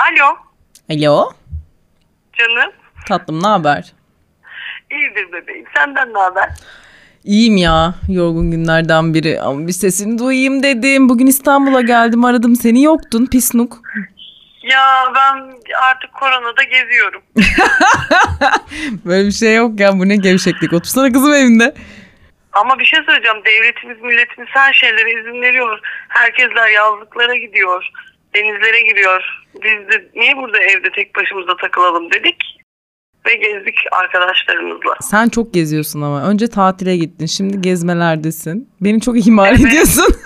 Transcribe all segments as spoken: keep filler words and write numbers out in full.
Alo. Alo. Canım. Tatlım, ne haber? İyidir bebeğim. Senden ne haber? İyiyim ya. Yorgun günlerden biri. Ama bir sesini duyayım dedim. Bugün İstanbul'a geldim, aradım. Seni yoktun pisnuk. Ya ben artık koronada geziyorum. Böyle bir şey yok ya. Bu ne gevşeklik. Otursana kızım evinde. Ama bir şey söyleyeceğim. Devletimiz, milletimiz her şeylere izin veriyor. Herkesler yazlıklara gidiyor. Denizlere giriyor. Biz de niye burada evde tek başımıza takılalım dedik. Ve gezdik arkadaşlarımızla. Sen çok geziyorsun ama. Önce tatile gittin. Şimdi gezmelerdesin. Beni çok ihmal evet. ediyorsun.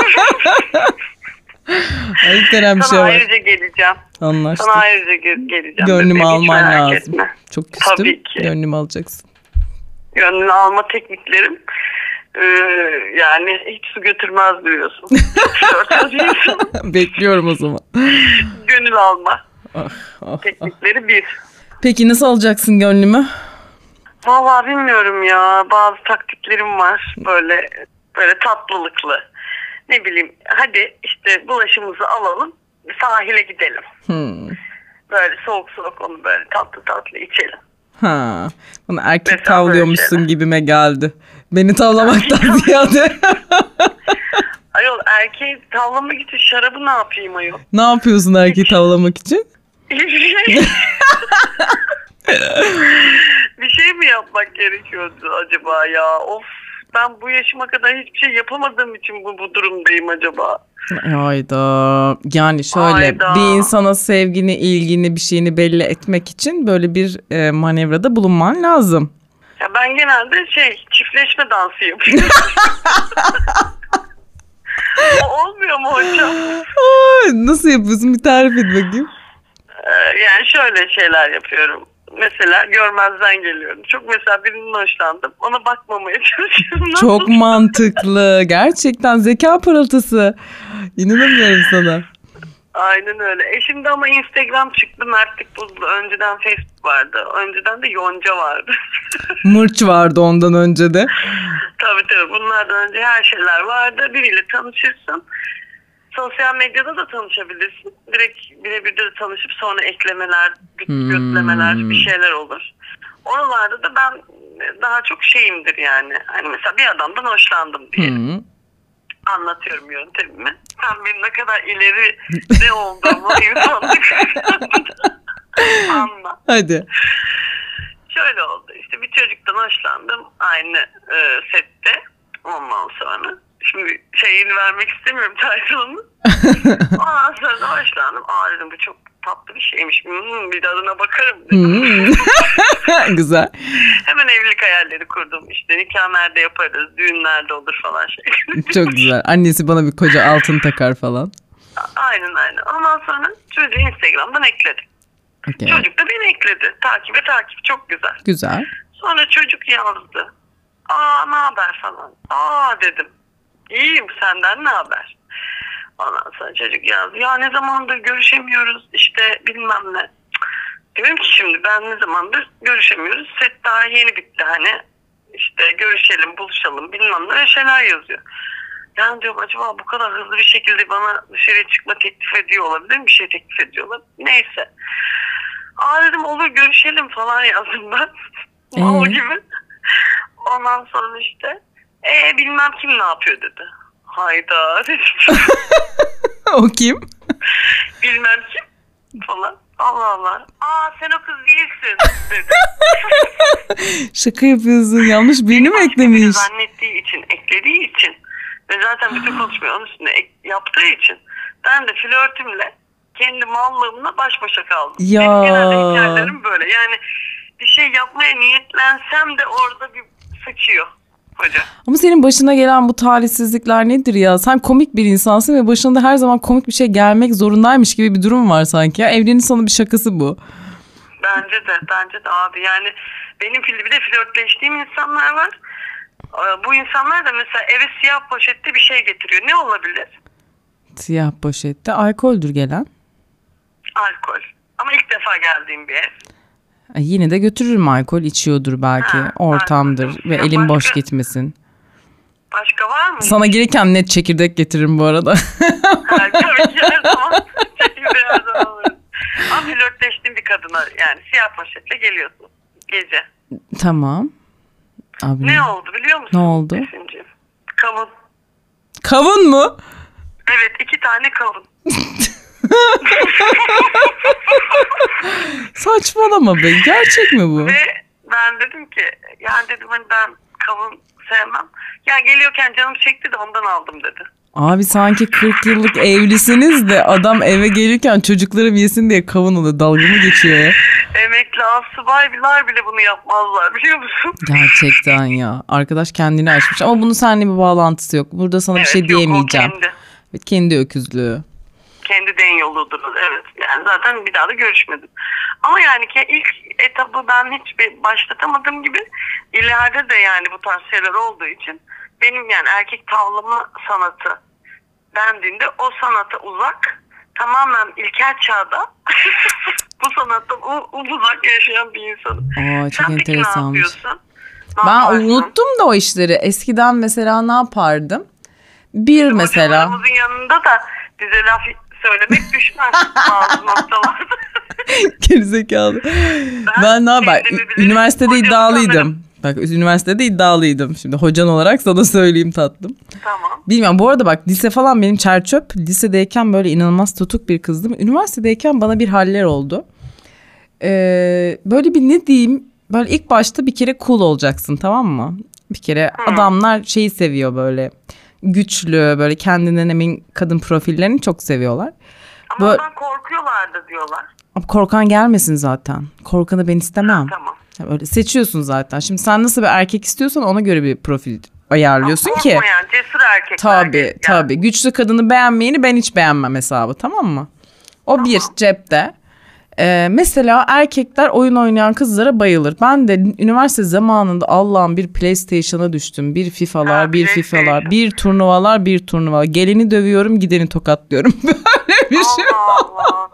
Ayıp denen bir Sana şey var. ayrıca geleceğim. Anlaştık. Sana ayrıca ge- geleceğim. Gönlümü alman lazım. Etme. Çok küstüm. Tabii ki. Gönlümü alacaksın. Gönlünü alma tekniklerim e, yani hiç su götürmez biliyorsun. Bekliyorum o zaman. Gönül alma ah, ah, teknikleri ah. bir. Peki nasıl alacaksın gönlümü? Vallahi bilmiyorum ya. Bazı taktiklerim var. Böyle böyle tatlılıklı. Ne bileyim, hadi işte bulaşımızı alalım, sahile gidelim. Hmm. Böyle soğuk soğuk onu böyle tatlı tatlı içelim. Ha, bana erkek mesela tavlıyormuşsun gibime geldi. Beni tavlamaktan ziyade. Ayol, erkeği tavlamak için şarabı ne yapayım ayol? Ne yapıyorsun erkeği tavlamak için? Hiçbir şey. Bir şey mi yapmak gerekiyordu acaba ya? Of, ben bu yaşıma kadar hiçbir şey yapamadığım için bu, bu durumdayım acaba. Hayda. Yani şöyle Hayda. bir insana sevgini, ilgini, bir şeyini belli etmek için böyle bir e, manevrada bulunman lazım. Ya ben genelde şey çiftleşme dansı yapıyorum. O olmuyor mu hocam? Ay, nasıl yapıyorsun? Bir tarif et bakayım. Ee, yani şöyle şeyler yapıyorum. Mesela görmezden geliyorum. Çok mesela birinden hoşlandım. Ona bakmamaya çalışıyorum. Çok mantıklı. Gerçekten zeka parıltısı. İnanamıyorum sana. Aynen öyle. E şimdi ama Instagram çıktı, mertlik bozuldu. Önceden Facebook vardı. Önceden de Yonca vardı. Mırç vardı ondan önce de. Tabii tabii. Bunlardan önce her şeyler vardı. Biriyle tanışırsın. Sosyal medyada da tanışabilirsin. Direkt birebir de tanışıp sonra eklemeler, hmm. götlemeler bir şeyler olur. Oralarda da ben daha çok şeyimdir yani. Hani mesela bir adamdan hoşlandım diye. Hmm. Anlatıyorum yöntemimi. Sen benim ne kadar ileri ne olduğumu insanlık anla. Hadi. Şöyle oldu. İşte bir çocuktan hoşlandım. Aynı e, sette. Ondan sonra. Şimdi şeyini vermek istemiyorum title'ını. Ondan sonra da hoşlandım. Aa dedim, bu çok tatlı bir şeymiş. Hmm, bir de adına bakarım dedim. Hmm. Güzel. Hemen evlilik hayalleri kurdum. İşte nikah nerede yaparız, düğün nerede olur falan şey. Çok güzel. Annesi bana bir koca altın takar falan. Aynen aynen. Ondan sonra çocuğu Instagram'dan ekledim. Okay. Çocuk da beni ekledi. Takibe takip, çok güzel. Güzel. Sonra çocuk yazdı. Aa ne haber falan. Aa dedim. İyiyim, senden ne haber? Ondan sonra çocuk yazdı. Ya ne zamandır görüşemiyoruz işte bilmem ne. Diyorum ki şimdi ben ne zamandır görüşemiyoruz. Set daha yeni bitti hani. İşte görüşelim, buluşalım bilmem ne şeyler yazıyor. Yani diyorum acaba bu kadar hızlı bir şekilde bana dışarıya çıkma teklif ediyor olabilir mi? Bir şey teklif ediyorlar. Neyse. Aa dedim olur görüşelim falan yazdım ben. Ee? O gibi. Ondan sonra işte e bilmem kim ne yapıyor dedi. Hayda dedim. O kim? Bilmem kim falan. Allah Allah. Aa sen o kız değilsin dedi. Şaka yapıyorsun. Yanlış birini mi eklemiş? Beni zannettiği için, eklediği için ve zaten bütün konuşmayı onun üstüne ek, yaptığı için ben de flörtümle kendi mallığımla baş başa kaldım. Ya. Benim genelde hikayelerim böyle. Yani bir şey yapmaya niyetlensem de orada bir sıçıyor. Hoca. Ama senin başına gelen bu talihsizlikler nedir ya? Sen komik bir insansın ve başına da her zaman komik bir şey gelmek zorundaymış gibi bir durum var sanki. Ya evrenin sana bir şakası bu. Bence de, bence de abi. Yani benim bir de flörtleştiğim insanlar var. Bu insanlar da mesela eve siyah poşette bir şey getiriyor. Ne olabilir? Siyah poşette alkoldür gelen. Alkol. Ama ilk defa geldiğim bir ev. Yine de götürürüm, alkol içiyordur belki, ha, ortamdır alkol. Ve ya elim başka, boş gitmesin. Başka var mı? Sana gelirken net çekirdek getiririm bu arada. Ha, tabii ki her zaman çekirdeği her zaman alırım. siyah poşetle geliyorsun gece. Tamam. Abi, Ne oldu biliyor musun? Ne oldu? Esin'ciğim? Kavun. Kavun mu? Evet, iki tane kavun. Saçmalama be. Gerçek mi bu? Ve ben dedim ki yani dedim hani ben kavun sevmem. Ya geliyorken canım çekti de ondan aldım dedi. Abi sanki kırk yıllık evlisiniz de adam eve gelirken çocuklarım yesin diye kavun alıyor. Dalga mı geçiyor ya? Emekli astsubaylar bile bunu yapmazlar biliyor musun? Gerçekten ya. Arkadaş kendini açmış ama bunun seninle bir bağlantısı yok. Burada sana Evet, bir şey yok, diyemeyeceğim. O kendi, Evet, kendi öküzlüğü. kendi den yoludur. Evet yani zaten bir daha da görüşmedim. Ama yani ki ilk etabı ben hiç bir başlatamadığım gibi ileride de yani bu tarz şeyler olduğu için benim yani erkek tavlama sanatı dendiğinde o sanata uzak, tamamen ilkel çağda bu sanattan u- uzak yaşayan bir insanım. Aa, çok Sen peki ne enteresanmış. yapıyorsun? Ne Ben yaparsın? unuttum da o işleri. Eskiden mesela ne yapardım? Bir mesela. Hocalarımızın yanında da bize laf söylemek düşmez bazı noktalarda. Gerizekalı. Ben, ben ne yapayım? Üniversitede iddialıydım. Bak üniversitede iddialıydım. Şimdi hocan olarak sana söyleyeyim tatlım. Tamam. Bilmiyorum bu arada bak lise falan benim çerçöp. Lisedeyken böyle inanılmaz tutuk bir kızdım. Üniversitedeyken bana bir haller oldu. Ee, böyle bir ne diyeyim? Böyle ilk başta bir kere cool olacaksın, tamam mı? Bir kere hmm. adamlar şeyi seviyor böyle. Güçlü, böyle kendinden emin kadın profillerini çok seviyorlar. Ama böyle... ondan korkuyorlardı diyorlar. Korkan gelmesin zaten. Korkanı ben istemem. Tamam. Öyle seçiyorsun zaten. Şimdi sen nasıl bir erkek istiyorsan ona göre bir profil ayarlıyorsun ama ki. Korkmayan, cesur erkekler. Tabii yani. tabii. Güçlü kadını beğenmeyeni ben hiç beğenmem hesabı, tamam mı? O tamam. Bir cepte. Ee, mesela erkekler oyun oynayan kızlara bayılır. Ben de üniversite zamanında Allah'ım bir PlayStation'a düştüm. Bir FIFA'lar, ha, bir FIFA'lar, bir turnuvalar, bir turnuva. Geleni dövüyorum, gideni tokatlıyorum. Böyle bir şey. Allah Allah.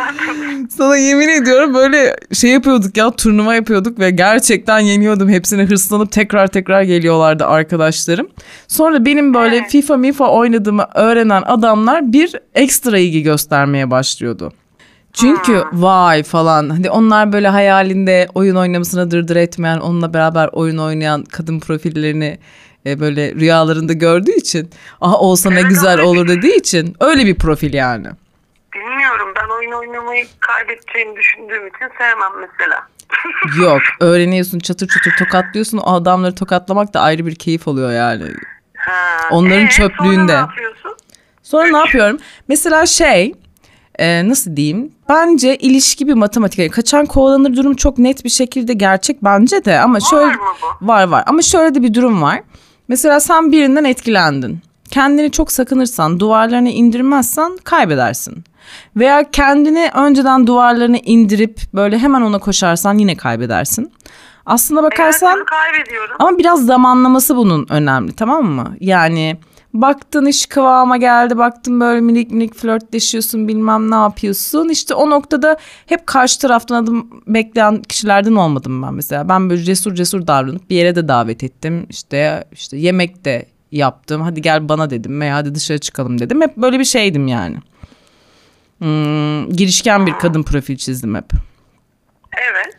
Sana yemin ediyorum böyle şey yapıyorduk ya, turnuva yapıyorduk ve gerçekten yeniyordum. Hepsine hırslanıp tekrar tekrar geliyorlardı arkadaşlarım. Sonra benim böyle evet. FIFA mifa oynadığımı öğrenen adamlar bir ekstra ilgi göstermeye başlıyordu. Çünkü hmm. vay falan hani onlar böyle hayalinde oyun oynamasına dırdır etmeyen, onunla beraber oyun oynayan kadın profillerini e, böyle rüyalarında gördüğü için aha olsa ne evet, güzel öyle. Olur dediği için öyle bir profil yani. Bilmiyorum, ben oyun oynamayı kaybedeceğimi düşündüğüm için sevmem mesela. Yok, öğreniyorsun, çatır çatır tokatlıyorsun, o adamları tokatlamak da ayrı bir keyif oluyor yani. Ha, onların ee, çöplüğünde. Sonra ne yapıyorsun? Sonra Üç. ne yapıyorum? Mesela şey e, nasıl diyeyim? Bence ilişki bir matematik. Yani kaçan kovalanır durum çok net bir şekilde gerçek bence de. Ama şöyle, var mı bu? Var var ama şöyle de bir durum var. Mesela sen birinden etkilendin. Kendini çok sakınırsan, duvarlarını indirmezsen kaybedersin. Veya kendini önceden duvarlarını indirip böyle hemen ona koşarsan yine kaybedersin. Aslında bakarsan evet, kaybediyorum. Ama biraz zamanlaması bunun önemli, tamam mı? Yani baktın iş kıvama geldi, baktın böyle minik minik flörtleşiyorsun, bilmem ne yapıyorsun. İşte o noktada hep karşı taraftan adım bekleyen kişilerden olmadım ben mesela. Ben böyle cesur cesur davranıp bir yere de davet ettim. İşte işte yemek de yaptım. Hadi gel bana dedim veya hadi dışarı çıkalım dedim. Hep böyle bir şeydim yani. Hmm, girişken bir kadın profil çizdim hep. Evet.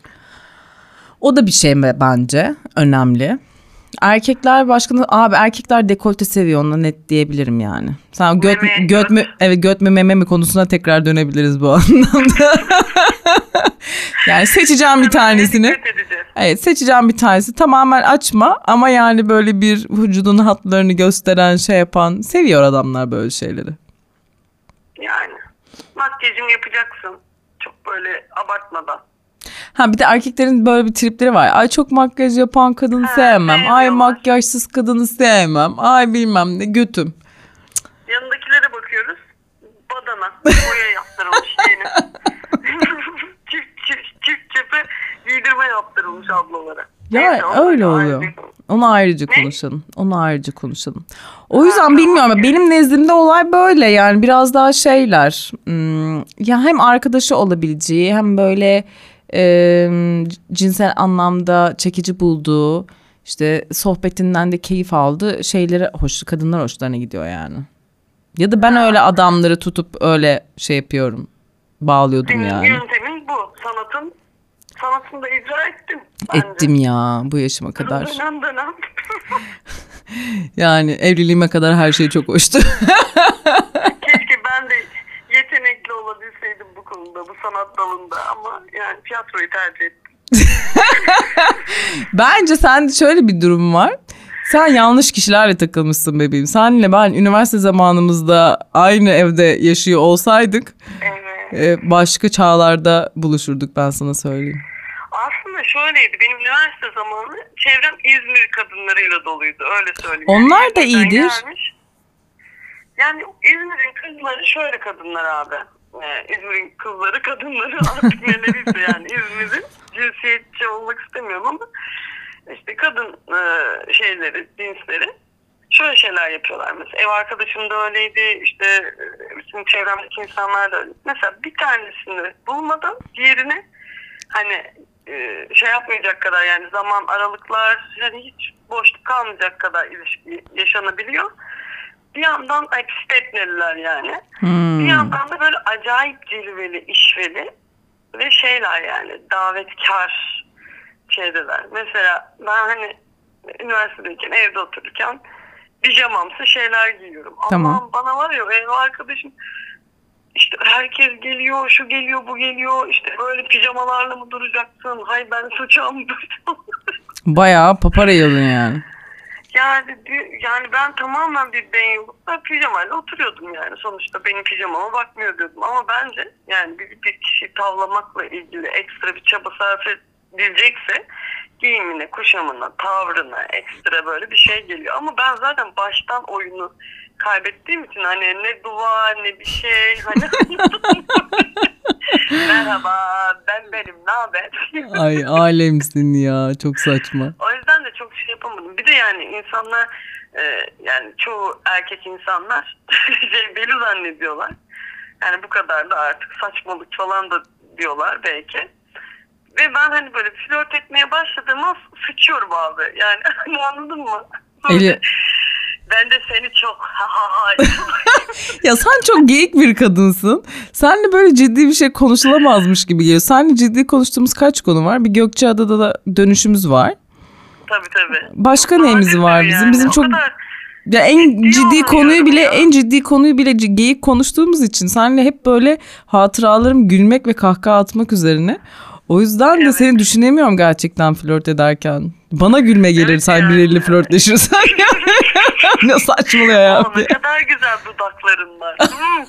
O da bir şey mi bence önemli. Erkekler başkanı abi erkekler dekolte seviyor, ona net diyebilirim yani. Sen göt meme, göt mü evet göt mü meme mi konusuna tekrar dönebiliriz bu anlamda. Yani seçeceğim bir tanesini. Evet, seçeceğim bir tanesi. Tamamen açma ama yani böyle bir vücudun hatlarını gösteren, şey yapan, seviyor adamlar böyle şeyleri. Yani makyajını yapacaksın. Çok böyle abartmadan. Ha bir de erkeklerin böyle bir tripleri var. Ay çok makyaj yapan kadını ha, sevmem. Ay makyajsız kadını sevmem. Ay bilmem ne, götüm. Yanındakilere bakıyoruz. Badana, boya yaptırılmış yeni. çift, çift, çift cephe giydirme yaptırılmış ablalara. Ya neyse, öyle oluyor. Ayrıca. Onu ayrıca ne? konuşalım. Onu ayrıca konuşalım. O yüzden ha, bilmiyorum ama benim nezdimde olay böyle yani biraz daha şeyler. Hmm, ya hem arkadaşı olabileceği hem böyle e, cinsel anlamda çekici bulduğu, işte sohbetinden de keyif aldığı şeylere hoş, kadınlar hoşlarına gidiyor yani. Ya da ben ha. öyle adamları tutup öyle şey yapıyorum. Bağlıyordum Senin yani. Yöntemin bu. Sanatın sanatını da icra ettim. Bence. Ettim ya bu yaşıma kadar. Dönem dönem. Yani evliliğime kadar her şey çok hoştu. Keşke ben de yetenekli olabilseydim bu konuda, bu sanat dalında ama yani tiyatroyu tercih ettim. Bence sende şöyle bir durum var. Sen yanlış kişilerle takılmışsın bebeğim. Senle ben üniversite zamanımızda aynı evde yaşıyor olsaydık Evet. başka çağlarda buluşurduk, ben sana söyleyeyim. Aslında şöyleydi, benim üniversite zamanı çevrem İzmir kadınlarıyla doluydu, öyle söyleyeyim. Onlar da İzmir'den iyidir. gelmiş. Yani İzmir'in kızları şöyle kadınlar abi. Ee, İzmir'in kızları kadınları artık neleriyse yani İzmir'in cinsiyetçi olmak istemiyorum ama işte kadın e, şeyleri, cinsleri şöyle şeyler yapıyorlar. Mesela ev arkadaşım da öyleydi, işte e, bütün çevremdeki insanlar da öyle. Mesela bir tanesini bulmadan diğerini hani e, şey yapmayacak kadar, yani zaman aralıklar, yani hiç boşluk kalmayacak kadar ilişki yaşanabiliyor. Bir yandan hep stepneliler yani. Hmm. Bir yandan da böyle acayip cilveli, işveli ve şeyler yani davetkar şeydeler. Mesela ben hani üniversitedeyken evde otururken pijamamsı şeyler giyiyorum. Tamam. Allah'ım, bana var ya ev arkadaşım işte herkes geliyor, şu geliyor, bu geliyor, işte böyle pijamalarla mı duracaksın? Hay ben sıçağı mı duracağım? Bayağı papara yiyordun yani. Yani yani ben tamamen bir benyolukla pijamayla oturuyordum yani. Sonuçta benim pijamama bakmıyor diyordum. Ama bence yani bir, bir kişi tavlamakla ilgili ekstra bir çaba sarf edilecekse giyimine, kuşamına, tavrına ekstra böyle bir şey geliyor. Ama ben zaten baştan oyunu kaybettiğim için hani ne duvar ne bir şey hani merhaba ben benim, ne haber? Ay alemsin ya, çok saçma. O yüzden de çok şey yapamadım. Bir de yani insanlar e, yani çoğu erkek insanlar şey beni zannediyorlar. Yani bu kadar da artık saçmalık falan da diyorlar belki. Ve ben hani böyle flört etmeye başladığımda sıçıyorum abi. Yani anladın mı? Eli... Ben de seni çok ha ha ha. Ya sen çok geyik bir kadınsın. Seninle böyle ciddi bir şey konuşulamazmış gibi geliyor. Seninle ciddi konuştuğumuz kaç konu var? Bir Gökçeada'da da dönüşümüz var. Tabii tabii. Başka neyimiz var bizim? Yani. Bizim O çok kadar ya en ciddi ciddi konuyu bile ya. en ciddi konuyu bile geyik konuştuğumuz için seninle hep böyle hatıralarım gülmek ve kahkaha atmak üzerine. O yüzden de Evet. seni düşünemiyorum gerçekten flört ederken. Bana gülme gelir Evet sen yani. biriyle flörtleşirsen. Ne saçmalıyor ya. Aa, ne kadar güzel dudakların var. Hmm.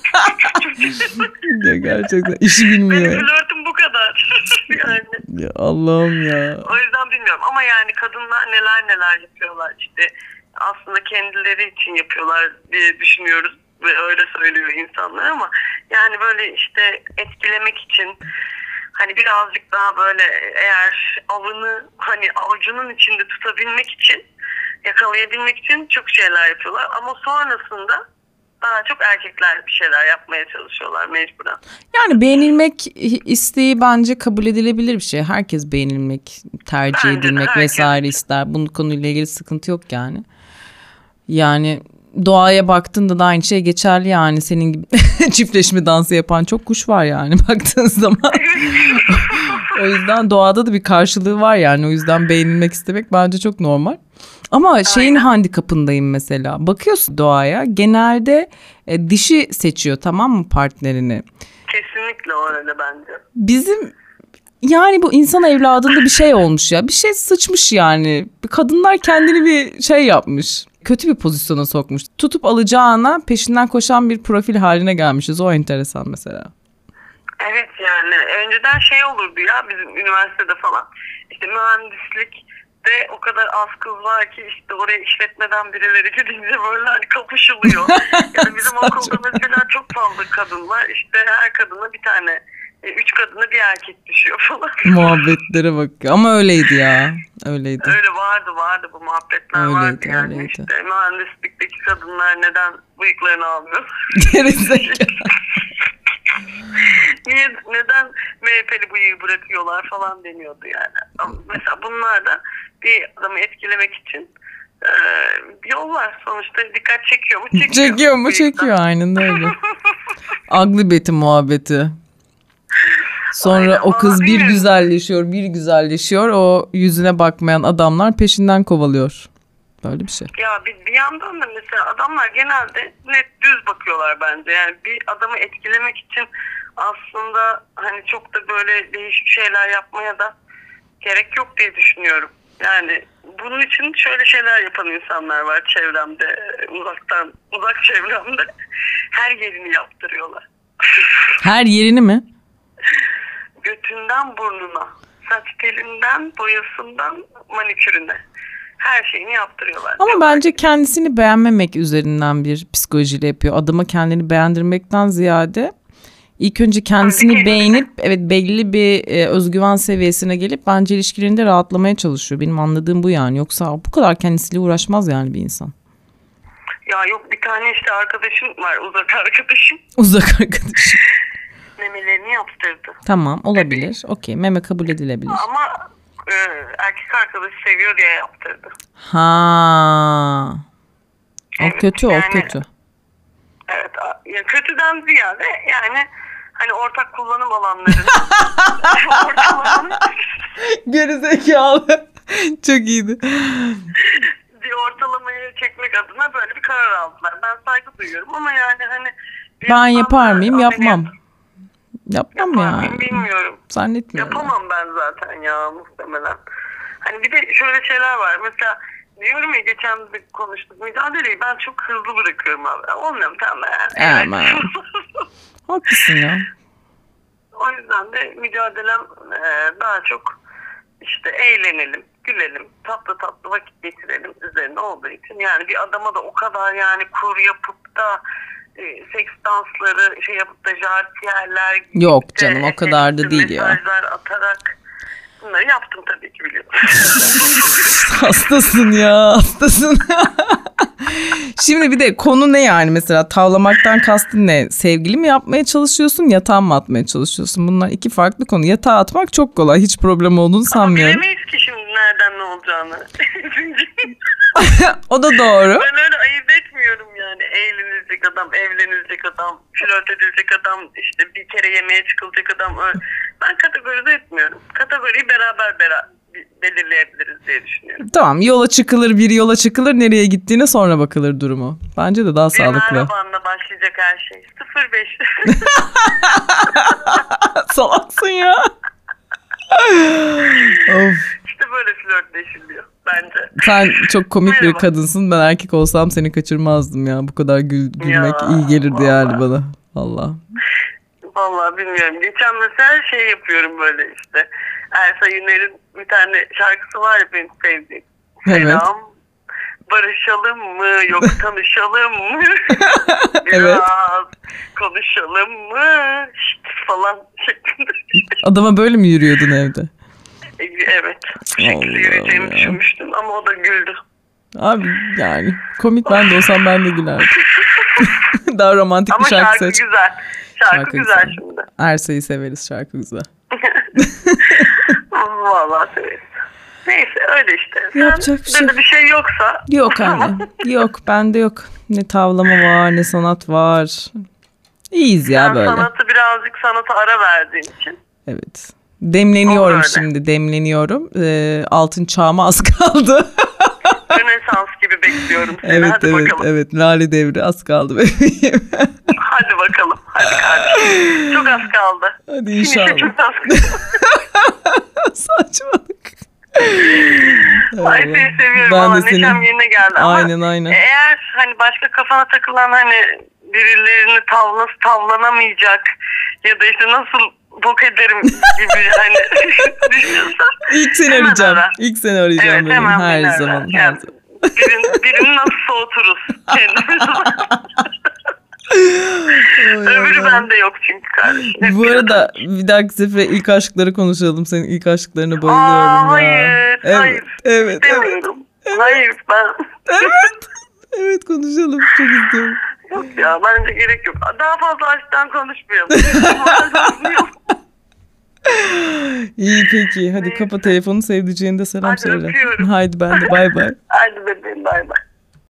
Ya gerçekten işi bilmiyor. Benim flörtüm bu kadar. Yani. Ya Allah'ım ya. O yüzden bilmiyorum ama yani kadınlar neler neler yapıyorlar işte. Aslında kendileri için yapıyorlar diye düşünüyoruz ve öyle söylüyor insanlar ama yani böyle işte etkilemek için hani birazcık daha böyle eğer avını hani avucunun içinde tutabilmek için, yakalayabilmek için çok şeyler yapıyorlar ama sonrasında daha çok erkekler bir şeyler yapmaya çalışıyorlar mecburen. Yani beğenilmek isteği bence kabul edilebilir bir şey. Herkes beğenilmek, tercih Bence de, edilmek herkes. vesaire ister. Bunun konuyla ilgili sıkıntı yok yani. Yani doğaya baktığında da aynı şey geçerli yani. Senin gibi çiftleşme dansı yapan çok kuş var yani baktığın zaman. O yüzden doğada da bir karşılığı var yani. O yüzden beğenilmek istemek bence çok normal. Ama şeyin Aynen. handikapındayım mesela. Bakıyorsun doğaya, genelde e, dişi seçiyor, tamam mı, partnerini. Kesinlikle öyle bence. Bizim yani bu insan evladında bir şey olmuş ya. Bir şey sıçmış yani. Kadınlar kendini bir şey yapmış. Kötü bir pozisyona sokmuş. Tutup alacağına peşinden koşan bir profil haline gelmişiz. O enteresan mesela. Evet yani önceden şey olurdu ya bizim üniversitede falan. İşte mühendislik de o kadar az kız var ki işte oraya işletmeden birileri gidince böyle hani kapışılıyor. Yani bizim okulda mesela çok fazla kadın var. İşte her kadına bir tane, üç kadına bir erkek düşüyor falan. Muhabbetlere bak. Ama öyleydi ya. Öyleydi. Öyle vardı vardı bu muhabbetler Öyleydi, vardı yani. öyleydi. İşte mühendislikteki kadınlar neden bıyıklarını almıyor? Gerizekalı. Niye, neden M H P'li bıyığı bırakıyorlar falan deniyordu yani. Ama mesela bunlar da bir adamı etkilemek için e, yollar. Sonuçta dikkat çekiyor mu? Çekiyor. Çekiyor mu? Bıyıktan. Çekiyor, aynen öyle. Ugly Betty muhabbeti. Sonra Aynen, o kız bir bilmiyorum. güzelleşiyor, bir güzelleşiyor. O yüzüne bakmayan adamlar peşinden kovalıyor. Böyle bir şey. Ya bir, bir yandan da mesela adamlar genelde net düz bakıyorlar bence. Yani bir adamı etkilemek için aslında hani çok da böyle değişik şeyler yapmaya da gerek yok diye düşünüyorum. Yani bunun için şöyle şeyler yapan insanlar var çevremde, uzaktan, uzak çevremde. Her yerini yaptırıyorlar. Her yerini mi? Götünden burnuna, saç telinden, boyasından manikürüne. Her şeyini yaptırıyorlar. Ama Çok bence kendisini beğenmemek üzerinden bir psikolojiyle yapıyor. Adama kendini beğendirmekten ziyade ilk önce kendisini Tabii ki. beğenip evet belli bir e, özgüven seviyesine gelip bence ilişkilerinde rahatlamaya çalışıyor. Benim anladığım bu yani. Yoksa bu kadar kendisiyle uğraşmaz yani bir insan. Ya yok bir tane işte arkadaşım var, uzak arkadaşım. Uzak arkadaşım. Memelerini yaptırdı. Tamam olabilir. Okey, meme kabul edilebilir. Ama e, erkek arkadaşı seviyor diye yaptırdı. Ha. O Evet, kötü, o yani- kötü. Evet, a- ya kötüden ziyade yani hani ortak kullanım alanları. ortalamanın Gerizekalı. Çok iyiydi. bir ortalamayı çekmek adına böyle bir karar aldılar. Ben saygı duyuyorum ama yani hani bir Ben insan yapar da mıyım? ameliyat Yapmam. Yapmam Yapar yani. mıyım bilmiyorum. Zannetmiyorum. Yapamam ben zaten ya muhtemelen. Hani bir de şöyle şeyler var. Mesela diyorum ya geçen de konuştuk. Mücadeleyi ben çok hızlı bırakıyorum abi. Olmuyorum tamam yani. Aman. Haklısın ya. O yüzden de mücadelem e, daha çok işte eğlenelim, gülelim, tatlı tatlı vakit geçirelim üzerine olduğu için. Yani bir adama da o kadar yani kur yapıp da e, seks dansları şey yapıp da jartiyerler Yok de, canım, o kadar da değil ya. mesajlar atarak bunları yaptım tabii ki biliyorum. Hastasın ya, hastasın. Şimdi bir de konu ne yani, mesela tavlamaktan kastın ne? Sevgili mi yapmaya çalışıyorsun, yatağa mı atmaya çalışıyorsun? Bunlar iki farklı konu. Yatağa atmak çok kolay, hiç problem olduğunu Ama sanmıyorum. bilemeyiz ki şimdi nereden ne olacağını. O da doğru. Ben öyle ayırt etmiyorum yani. Eğlenilecek adam, evlenilecek adam, flört edilecek adam, işte bir kere yemeğe çıkılacak adam. Öyle. Ben kategorize etmiyorum. Kategoriyi beraber beraber belirleyebiliriz diye düşünüyorum. Tamam, yola çıkılır, bir yola çıkılır, nereye gittiğine sonra bakılır durumu. Bence de daha Bir sağlıklı. merhabanla başlayacak her şey. sıfır beş Salaksın ya. Of. İşte böyle flörtleşiliyor bence. Sen çok komik bir Merhaba. kadınsın. Ben erkek olsam seni kaçırmazdım ya. Bu kadar gül, gülmek Ya, iyi gelirdi vallahi. yani bana. Valla. Vallahi bilmiyorum. Geçen mesela şey yapıyorum böyle işte. Ersa Yüner'in bir tane şarkısı var ya benim sevdiğim. Evet. Selam. Barışalım mı? Yok tanışalım mı? Biraz Evet. konuşalım mı? Şşt falan şeklinde. Adama böyle mi yürüyordun evde? Evet. Bu şekilde Allah yürüyeceğimi Allah. düşünmüştüm ama o da güldü. Abi yani komik, ben de olsam ben de gülerdim. Daha romantik Ama bir şarkı, şarkı seç. güzel. Şarkı, Şarkı güzel, güzel. şimdi. Ersa'yı severiz, şarkı güzel. Vallahi severiz. Neyse öyle işte. Sen Yapacak bir şey de bir şey yoksa. Yok anne. Yok, bende yok. Ne tavlama var, ne sanat var. İyiyiz ya Sen böyle. sanatı birazcık sanata ara verdiğin için. Evet. Demleniyorum Olur öyle. şimdi, demleniyorum. Ee, altın çağıma az kaldı. Rönesans gibi bekliyorum seni. Evet Hadi evet bakalım. evet. Lale devri az kaldı bebeğim. Hadi bakalım. Hadi kardeşim. Çok az kaldı. Hadi Finişe inşallah. çok az kaldı. Saçmalık. Ay seni seviyorum Ben ama de seni. neşem yerine geldi. Ama Aynen aynen. eğer hani başka kafana takılan hani birilerini tavlası tavlanamayacak ya da işte nasıl bok ederim gibi hani düşünüyorsan İlk seni hemen arayacağım. ara. İlk seni arayacağım Evet, bebeğim. hemen Her beni ara. zaman. Her Yani zaman. birini, birini nasıl soğuturuz kendimizi. Öbürü bende yok çünkü kardeşim. Hep Bu bir arada adam. bir dahaki sefere ilk aşkları konuşalım. Senin ilk aşklarına bayılıyorum Aa, ya. hayır, Evet, hayır. evet, evet. İstemiyorum. Hayır ben. Evet. Evet konuşalım. Çok istiyorum. Yok ya bence gerek yok. Daha fazla aşktan konuşmayalım. İyi peki. Hadi Neyse. kapa telefonu, sevdiceğine de selam Hadi söyle. öpüyorum. Haydi ben de bay bay. Hadi bebeğim bay bay.